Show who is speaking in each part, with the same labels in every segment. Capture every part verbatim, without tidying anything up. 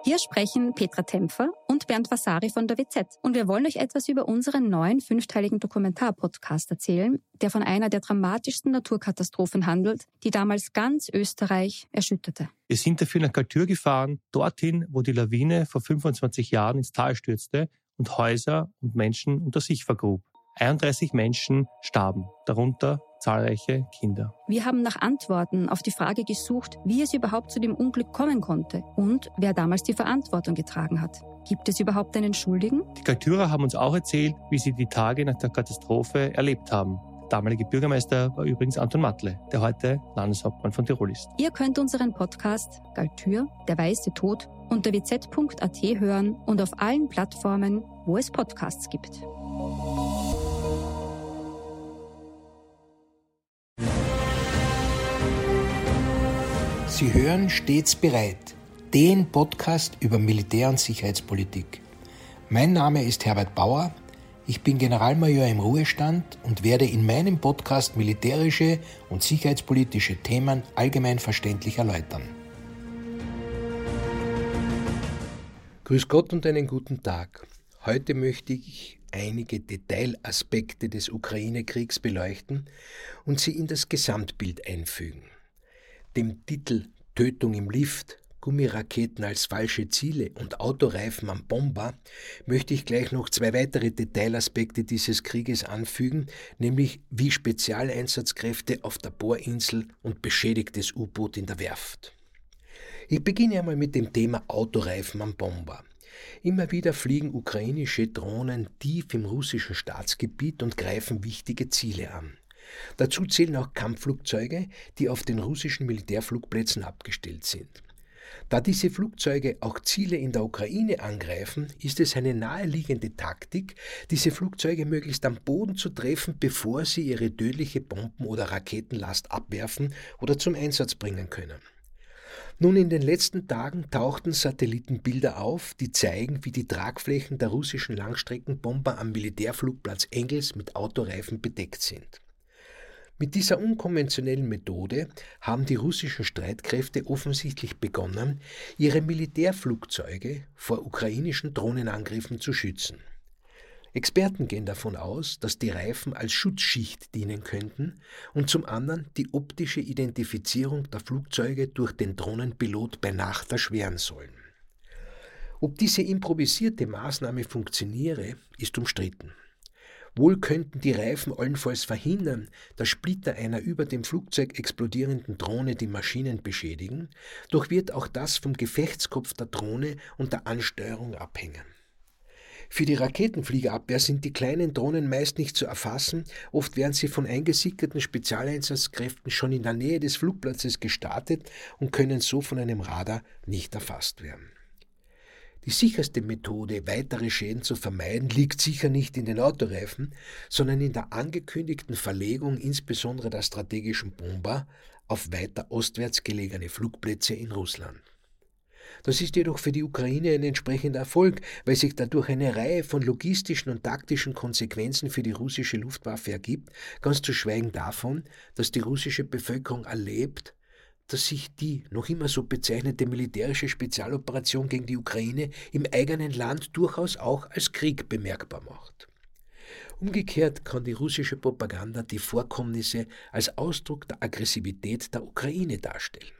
Speaker 1: Hier sprechen Petra Tempfer und Bernd Vasari von der W Z. Und wir wollen euch etwas über unseren neuen fünfteiligen Dokumentar-Podcast erzählen, der von einer der dramatischsten Naturkatastrophen handelt, die damals ganz Österreich erschütterte.
Speaker 2: Wir sind dafür nach Galtür gefahren, dorthin, wo die Lawine vor fünfundzwanzig Jahren ins Tal stürzte und Häuser und Menschen unter sich vergrub. einunddreißig Menschen starben, darunter zahlreiche Kinder.
Speaker 1: Wir haben nach Antworten auf die Frage gesucht, wie es überhaupt zu dem Unglück kommen konnte und wer damals die Verantwortung getragen hat. Gibt es überhaupt einen Schuldigen?
Speaker 2: Die Galtürer haben uns auch erzählt, wie sie die Tage nach der Katastrophe erlebt haben. Der damalige Bürgermeister war übrigens Anton Matle, der heute Landeshauptmann von Tirol ist.
Speaker 1: Ihr könnt unseren Podcast Galtür, der weiße Tod unter w z punkt a t hören und auf allen Plattformen, wo es Podcasts gibt.
Speaker 3: Sie hören Stets bereit, den Podcast über Militär- und Sicherheitspolitik. Mein Name ist Herbert Bauer, ich bin Generalmajor im Ruhestand und werde in meinem Podcast militärische und sicherheitspolitische Themen allgemein verständlich erläutern. Grüß Gott und einen guten Tag. Heute möchte ich einige Detailaspekte des Ukraine-Kriegs beleuchten und sie in das Gesamtbild einfügen. Dem Titel Tötung im Lift, Gummiraketen als falsche Ziele und Autoreifen am Bomber möchte ich gleich noch zwei weitere Detailaspekte dieses Krieges anfügen, nämlich wie Spezialeinsatzkräfte auf der Bohrinsel und beschädigtes U-Boot in der Werft. Ich beginne einmal mit dem Thema Autoreifen am Bomber. Immer wieder fliegen ukrainische Drohnen tief im russischen Staatsgebiet und greifen wichtige Ziele an. Dazu zählen auch Kampfflugzeuge, die auf den russischen Militärflugplätzen abgestellt sind. Da diese Flugzeuge auch Ziele in der Ukraine angreifen, ist es eine naheliegende Taktik, diese Flugzeuge möglichst am Boden zu treffen, bevor sie ihre tödliche Bomben- oder Raketenlast abwerfen oder zum Einsatz bringen können. Nun, in den letzten Tagen tauchten Satellitenbilder auf, die zeigen, wie die Tragflächen der russischen Langstreckenbomber am Militärflugplatz Engels mit Autoreifen bedeckt sind. Mit dieser unkonventionellen Methode haben die russischen Streitkräfte offensichtlich begonnen, ihre Militärflugzeuge vor ukrainischen Drohnenangriffen zu schützen. Experten gehen davon aus, dass die Reifen als Schutzschicht dienen könnten und zum anderen die optische Identifizierung der Flugzeuge durch den Drohnenpilot bei Nacht erschweren sollen. Ob diese improvisierte Maßnahme funktioniere, ist umstritten. Wohl könnten die Reifen allenfalls verhindern, dass Splitter einer über dem Flugzeug explodierenden Drohne die Maschinen beschädigen, doch wird auch das vom Gefechtskopf der Drohne und der Ansteuerung abhängen. Für die Raketenfliegerabwehr sind die kleinen Drohnen meist nicht zu erfassen, oft werden sie von eingesickerten Spezialeinsatzkräften schon in der Nähe des Flugplatzes gestartet und können so von einem Radar nicht erfasst werden. Die sicherste Methode, weitere Schäden zu vermeiden, liegt sicher nicht in den Autoreifen, sondern in der angekündigten Verlegung insbesondere der strategischen Bomber auf weiter ostwärts gelegene Flugplätze in Russland. Das ist jedoch für die Ukraine ein entsprechender Erfolg, weil sich dadurch eine Reihe von logistischen und taktischen Konsequenzen für die russische Luftwaffe ergibt, ganz zu schweigen davon, dass die russische Bevölkerung erlebt, dass sich die noch immer so bezeichnete militärische Spezialoperation gegen die Ukraine im eigenen Land durchaus auch als Krieg bemerkbar macht. Umgekehrt kann die russische Propaganda die Vorkommnisse als Ausdruck der Aggressivität der Ukraine darstellen.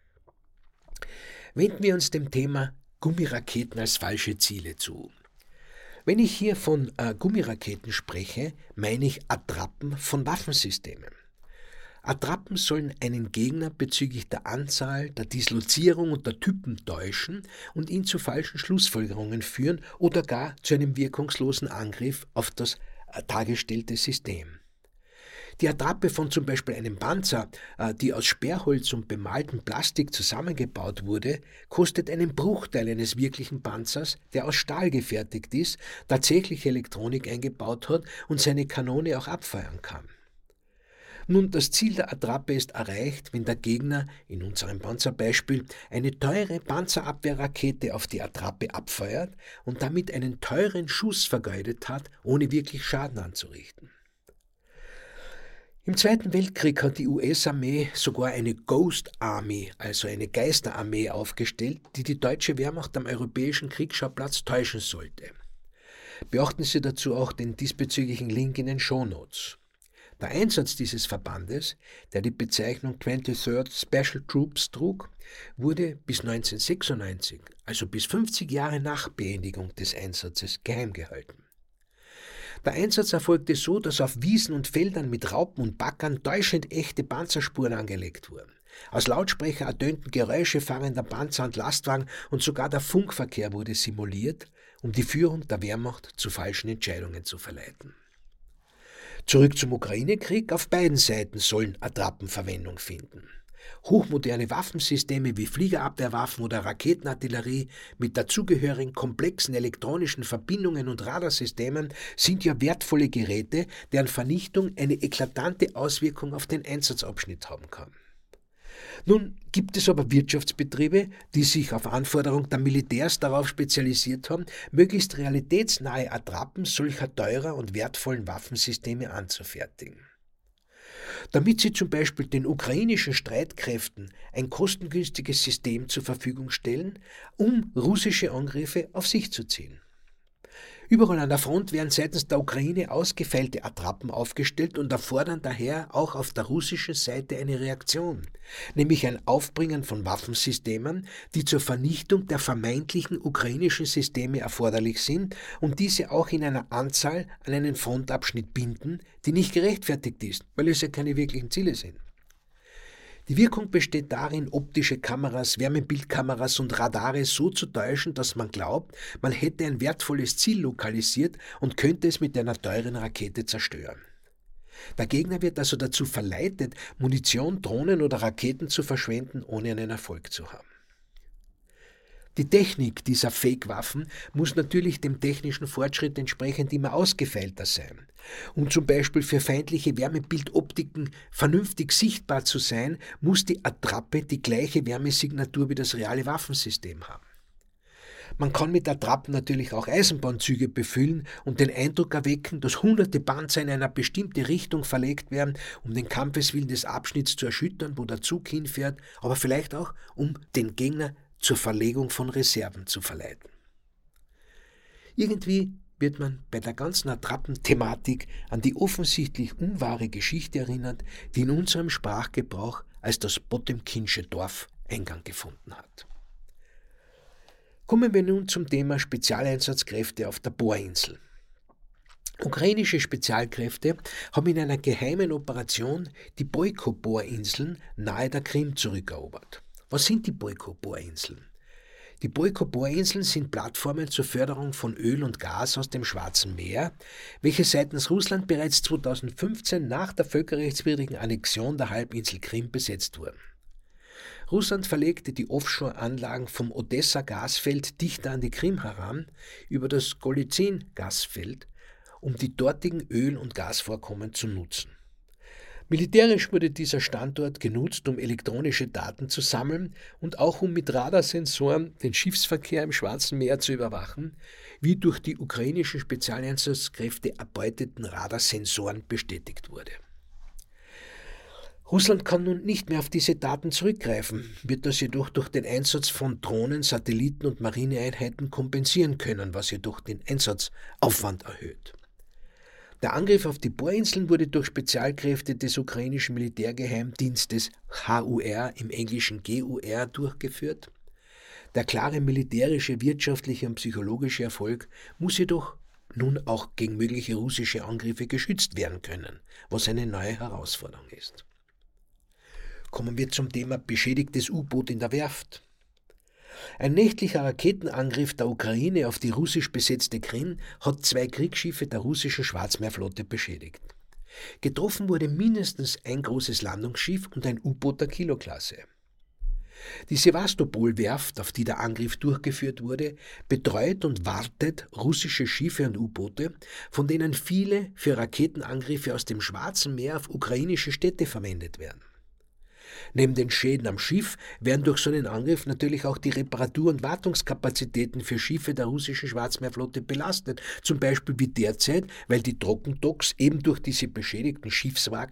Speaker 3: Wenden wir uns dem Thema Gummiraketen als falsche Ziele zu. Wenn ich hier von äh, Gummiraketen spreche, meine ich Attrappen von Waffensystemen. Attrappen sollen einen Gegner bezüglich der Anzahl, der Dislozierung und der Typen täuschen und ihn zu falschen Schlussfolgerungen führen oder gar zu einem wirkungslosen Angriff auf das dargestellte System. Die Attrappe von zum Beispiel einem Panzer, die aus Sperrholz und bemaltem Plastik zusammengebaut wurde, kostet einen Bruchteil eines wirklichen Panzers, der aus Stahl gefertigt ist, tatsächlich Elektronik eingebaut hat und seine Kanone auch abfeuern kann. Nun, das Ziel der Attrappe ist erreicht, wenn der Gegner, in unserem Panzerbeispiel, eine teure Panzerabwehrrakete auf die Attrappe abfeuert und damit einen teuren Schuss vergeudet hat, ohne wirklich Schaden anzurichten. Im Zweiten Weltkrieg hat die U S-Armee sogar eine Ghost Army, also eine Geisterarmee, aufgestellt, die die deutsche Wehrmacht am europäischen Kriegsschauplatz täuschen sollte. Beachten Sie dazu auch den diesbezüglichen Link in den Shownotes. Der Einsatz dieses Verbandes, der die Bezeichnung twenty-third Special Troops trug, wurde bis neunzehnhundertsechsundneunzig, also bis fünfzig Jahre nach Beendigung des Einsatzes, geheim gehalten. Der Einsatz erfolgte so, dass auf Wiesen und Feldern mit Raupen und Baggern täuschend echte Panzerspuren angelegt wurden. Aus Lautsprecher ertönten Geräusche fahrender Panzer und Lastwagen und sogar der Funkverkehr wurde simuliert, um die Führung der Wehrmacht zu falschen Entscheidungen zu verleiten. Zurück zum Ukraine-Krieg. Auf beiden Seiten sollen Attrappen Verwendung finden. Hochmoderne Waffensysteme wie Fliegerabwehrwaffen oder Raketenartillerie mit dazugehörigen komplexen elektronischen Verbindungen und Radarsystemen sind ja wertvolle Geräte, deren Vernichtung eine eklatante Auswirkung auf den Einsatzabschnitt haben kann. Nun gibt es aber Wirtschaftsbetriebe, die sich auf Anforderung der Militärs darauf spezialisiert haben, möglichst realitätsnahe Attrappen solcher teurer und wertvollen Waffensysteme anzufertigen. Damit sie zum Beispiel den ukrainischen Streitkräften ein kostengünstiges System zur Verfügung stellen, um russische Angriffe auf sich zu ziehen. Überall an der Front werden seitens der Ukraine ausgefeilte Attrappen aufgestellt und erfordern daher auch auf der russischen Seite eine Reaktion, nämlich ein Aufbringen von Waffensystemen, die zur Vernichtung der vermeintlichen ukrainischen Systeme erforderlich sind und diese auch in einer Anzahl an einen Frontabschnitt binden, die nicht gerechtfertigt ist, weil es ja keine wirklichen Ziele sind. Die Wirkung besteht darin, optische Kameras, Wärmebildkameras und Radare so zu täuschen, dass man glaubt, man hätte ein wertvolles Ziel lokalisiert und könnte es mit einer teuren Rakete zerstören. Der Gegner wird also dazu verleitet, Munition, Drohnen oder Raketen zu verschwenden, ohne einen Erfolg zu haben. Die Technik dieser Fake-Waffen muss natürlich dem technischen Fortschritt entsprechend immer ausgefeilter sein. Um zum Beispiel für feindliche Wärmebildoptiken vernünftig sichtbar zu sein, muss die Attrappe die gleiche Wärmesignatur wie das reale Waffensystem haben. Man kann mit Attrappen natürlich auch Eisenbahnzüge befüllen und den Eindruck erwecken, dass hunderte Panzer in einer bestimmte Richtung verlegt werden, um den Kampfeswillen des Abschnitts zu erschüttern, wo der Zug hinfährt, aber vielleicht auch, um den Gegner zur Verlegung von Reserven zu verleiten. Irgendwie wird man bei der ganzen Attrappen-Thematik an die offensichtlich unwahre Geschichte erinnert, die in unserem Sprachgebrauch als das Potemkinsche Dorf Eingang gefunden hat. Kommen wir nun zum Thema Spezialeinsatzkräfte auf der Bohrinsel. Ukrainische Spezialkräfte haben in einer geheimen Operation die Boyko-Bohrinseln nahe der Krim zurückerobert. Was sind die Boyko-Bohrinseln? Die Boyko-Bohrinseln sind Plattformen zur Förderung von Öl und Gas aus dem Schwarzen Meer, welche seitens Russland bereits zweitausendfünfzehn nach der völkerrechtswidrigen Annexion der Halbinsel Krim besetzt wurden. Russland verlegte die Offshore-Anlagen vom Odessa-Gasfeld dichter an die Krim heran, über das Golizyn-Gasfeld, um die dortigen Öl- und Gasvorkommen zu nutzen. Militärisch wurde dieser Standort genutzt, um elektronische Daten zu sammeln und auch um mit Radarsensoren den Schiffsverkehr im Schwarzen Meer zu überwachen, wie durch die ukrainischen Spezialeinsatzkräfte erbeuteten Radarsensoren bestätigt wurde. Russland kann nun nicht mehr auf diese Daten zurückgreifen, wird das jedoch durch den Einsatz von Drohnen, Satelliten und Marineeinheiten kompensieren können, was jedoch den Einsatzaufwand erhöht. Der Angriff auf die Bohrinseln wurde durch Spezialkräfte des ukrainischen Militärgeheimdienstes H U R, im englischen G U R, durchgeführt. Der klare militärische, wirtschaftliche und psychologische Erfolg muss jedoch nun auch gegen mögliche russische Angriffe geschützt werden können, was eine neue Herausforderung ist. Kommen wir zum Thema beschädigtes U-Boot in der Werft. Ein nächtlicher Raketenangriff der Ukraine auf die russisch besetzte Krim hat zwei Kriegsschiffe der russischen Schwarzmeerflotte beschädigt. Getroffen wurde mindestens ein großes Landungsschiff und ein U-Boot der Kilo-Klasse. Die Sewastopol-Werft, auf die der Angriff durchgeführt wurde, betreut und wartet russische Schiffe und U-Boote, von denen viele für Raketenangriffe aus dem Schwarzen Meer auf ukrainische Städte verwendet werden. Neben den Schäden am Schiff werden durch so einen Angriff natürlich auch die Reparatur- und Wartungskapazitäten für Schiffe der russischen Schwarzmeerflotte belastet, zum Beispiel wie derzeit, weil die Trockendocks eben durch diese beschädigten Schiffswracks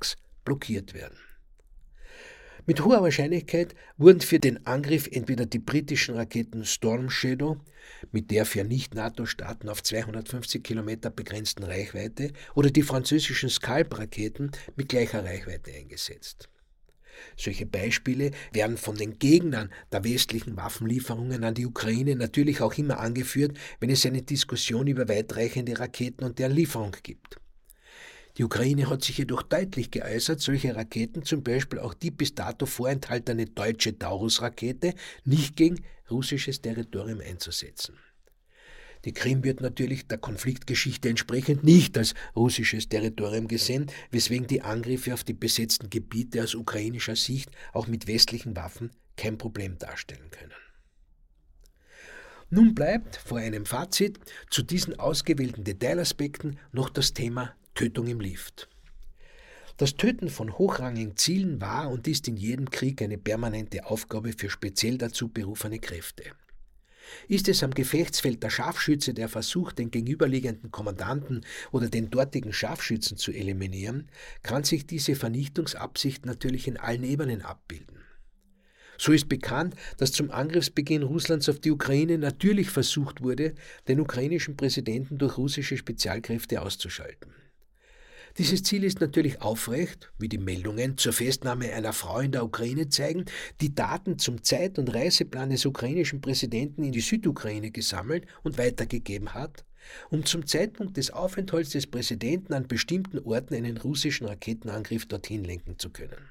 Speaker 3: blockiert werden. Mit hoher Wahrscheinlichkeit wurden für den Angriff entweder die britischen Raketen Storm Shadow mit der für Nicht-NATO-Staaten auf zweihundertfünfzig Kilometer begrenzten Reichweite oder die französischen Scalp-Raketen mit gleicher Reichweite eingesetzt. Solche Beispiele werden von den Gegnern der westlichen Waffenlieferungen an die Ukraine natürlich auch immer angeführt, wenn es eine Diskussion über weitreichende Raketen und deren Lieferung gibt. Die Ukraine hat sich jedoch deutlich geäußert, solche Raketen, zum Beispiel auch die bis dato vorenthaltene deutsche Taurus-Rakete, nicht gegen russisches Territorium einzusetzen. Die Krim wird natürlich der Konfliktgeschichte entsprechend nicht als russisches Territorium gesehen, weswegen die Angriffe auf die besetzten Gebiete aus ukrainischer Sicht auch mit westlichen Waffen kein Problem darstellen können. Nun bleibt vor einem Fazit zu diesen ausgewählten Detailaspekten noch das Thema Tötung im Lift. Das Töten von hochrangigen Zielen war und ist in jedem Krieg eine permanente Aufgabe für speziell dazu berufene Kräfte. Ist es am Gefechtsfeld der Scharfschütze, der versucht, den gegenüberliegenden Kommandanten oder den dortigen Scharfschützen zu eliminieren, kann sich diese Vernichtungsabsicht natürlich in allen Ebenen abbilden. So ist bekannt, dass zum Angriffsbeginn Russlands auf die Ukraine natürlich versucht wurde, den ukrainischen Präsidenten durch russische Spezialkräfte auszuschalten. Dieses Ziel ist natürlich aufrecht, wie die Meldungen zur Festnahme einer Frau in der Ukraine zeigen, die Daten zum Zeit- und Reiseplan des ukrainischen Präsidenten in die Südukraine gesammelt und weitergegeben hat, um zum Zeitpunkt des Aufenthalts des Präsidenten an bestimmten Orten einen russischen Raketenangriff dorthin lenken zu können.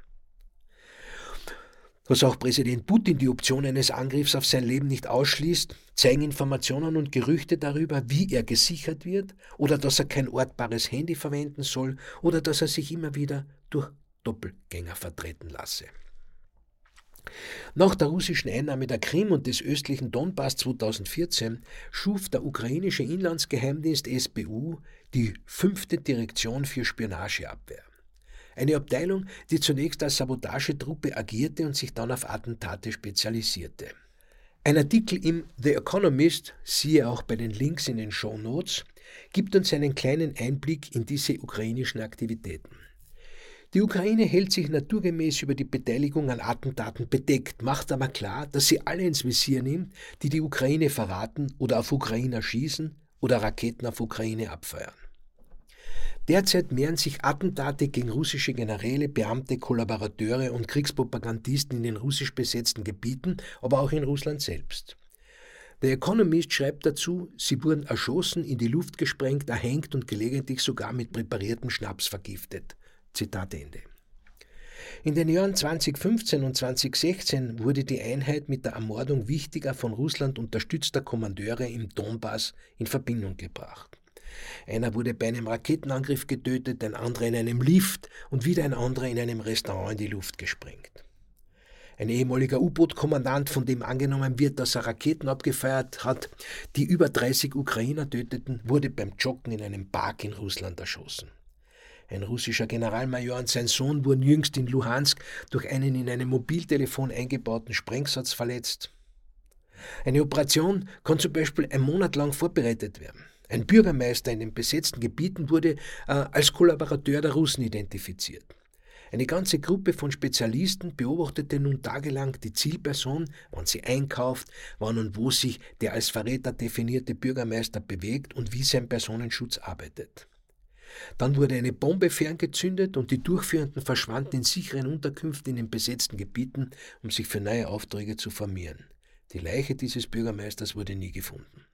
Speaker 3: Dass auch Präsident Putin die Option eines Angriffs auf sein Leben nicht ausschließt, zeigen Informationen und Gerüchte darüber, wie er gesichert wird oder dass er kein ortbares Handy verwenden soll oder dass er sich immer wieder durch Doppelgänger vertreten lasse. Nach der russischen Einnahme der Krim und des östlichen Donbass zweitausendvierzehn schuf der ukrainische Inlandsgeheimdienst S B U die fünfte Direktion für Spionageabwehr. Eine Abteilung, die zunächst als Sabotagetruppe agierte und sich dann auf Attentate spezialisierte. Ein Artikel im The Economist, siehe auch bei den Links in den Shownotes, gibt uns einen kleinen Einblick in diese ukrainischen Aktivitäten. Die Ukraine hält sich naturgemäß über die Beteiligung an Attentaten bedeckt, macht aber klar, dass sie alle ins Visier nimmt, die die Ukraine verraten oder auf Ukrainer schießen oder Raketen auf Ukraine abfeuern. Derzeit mehren sich Attentate gegen russische Generäle, Beamte, Kollaborateure und Kriegspropagandisten in den russisch besetzten Gebieten, aber auch in Russland selbst. Der Economist schreibt dazu, sie wurden erschossen, in die Luft gesprengt, erhängt und gelegentlich sogar mit präpariertem Schnaps vergiftet. Zitat Ende. In den Jahren zweitausendfünfzehn und zweitausendsechzehn wurde die Einheit mit der Ermordung wichtiger von Russland unterstützter Kommandeure im Donbass in Verbindung gebracht. Einer wurde bei einem Raketenangriff getötet, ein anderer in einem Lift und wieder ein anderer in einem Restaurant in die Luft gesprengt. Ein ehemaliger U-Boot-Kommandant, von dem angenommen wird, dass er Raketen abgefeuert hat, die über dreißig Ukrainer töteten, wurde beim Joggen in einem Park in Russland erschossen. Ein russischer Generalmajor und sein Sohn wurden jüngst in Luhansk durch einen in einem Mobiltelefon eingebauten Sprengsatz verletzt. Eine Operation kann zum Beispiel einen Monat lang vorbereitet werden. Ein Bürgermeister in den besetzten Gebieten wurde äh, als Kollaborateur der Russen identifiziert. Eine ganze Gruppe von Spezialisten beobachtete nun tagelang die Zielperson, wann sie einkauft, wann und wo sich der als Verräter definierte Bürgermeister bewegt und wie sein Personenschutz arbeitet. Dann wurde eine Bombe ferngezündet und die Durchführenden verschwanden in sicheren Unterkünften in den besetzten Gebieten, um sich für neue Aufträge zu formieren. Die Leiche dieses Bürgermeisters wurde nie gefunden.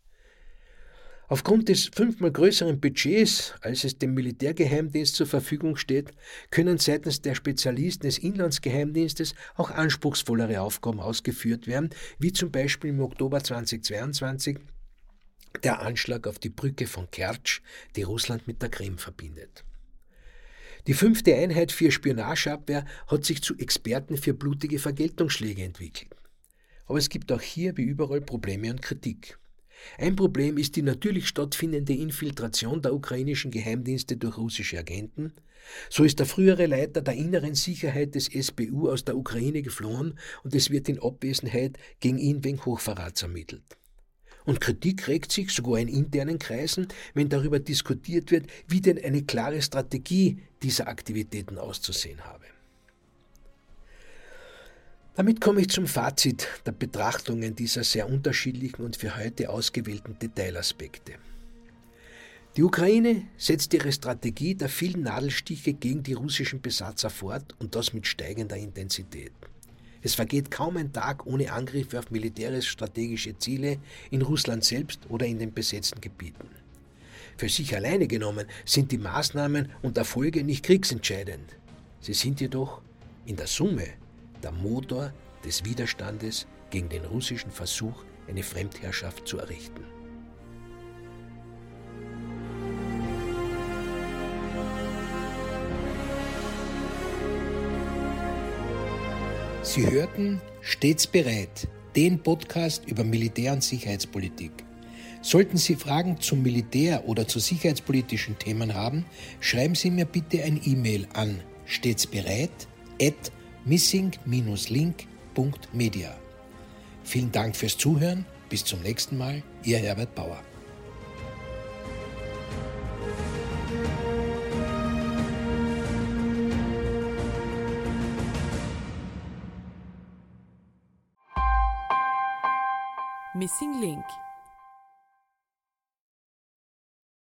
Speaker 3: Aufgrund des fünfmal größeren Budgets, als es dem Militärgeheimdienst zur Verfügung steht, können seitens der Spezialisten des Inlandsgeheimdienstes auch anspruchsvollere Aufgaben ausgeführt werden, wie zum Beispiel im Oktober zweitausendzweiundzwanzig der Anschlag auf die Brücke von Kertsch, die Russland mit der Krim verbindet. Die fünfte Einheit für Spionageabwehr hat sich zu Experten für blutige Vergeltungsschläge entwickelt. Aber es gibt auch hier wie überall Probleme und Kritik. Ein Problem ist die natürlich stattfindende Infiltration der ukrainischen Geheimdienste durch russische Agenten. So ist der frühere Leiter der inneren Sicherheit des S B U aus der Ukraine geflohen und es wird in Abwesenheit gegen ihn wegen Hochverrats ermittelt. Und Kritik regt sich sogar in internen Kreisen, wenn darüber diskutiert wird, wie denn eine klare Strategie dieser Aktivitäten auszusehen habe. Damit komme ich zum Fazit der Betrachtungen dieser sehr unterschiedlichen und für heute ausgewählten Detailaspekte. Die Ukraine setzt ihre Strategie der vielen Nadelstiche gegen die russischen Besatzer fort und das mit steigender Intensität. Es vergeht kaum ein Tag ohne Angriffe auf militärisch-strategische Ziele in Russland selbst oder in den besetzten Gebieten. Für sich alleine genommen sind die Maßnahmen und Erfolge nicht kriegsentscheidend. Sie sind jedoch in der Summe der Motor des Widerstandes gegen den russischen Versuch, eine Fremdherrschaft zu errichten. Sie hörten Stets bereit, den Podcast über Militär- und Sicherheitspolitik. Sollten Sie Fragen zum Militär oder zu sicherheitspolitischen Themen haben, schreiben Sie mir bitte ein E-Mail an stetsbereit at missing dash link punkt media. Vielen Dank fürs Zuhören. Bis zum nächsten Mal. Ihr Herbert Bauer.
Speaker 4: Missing Link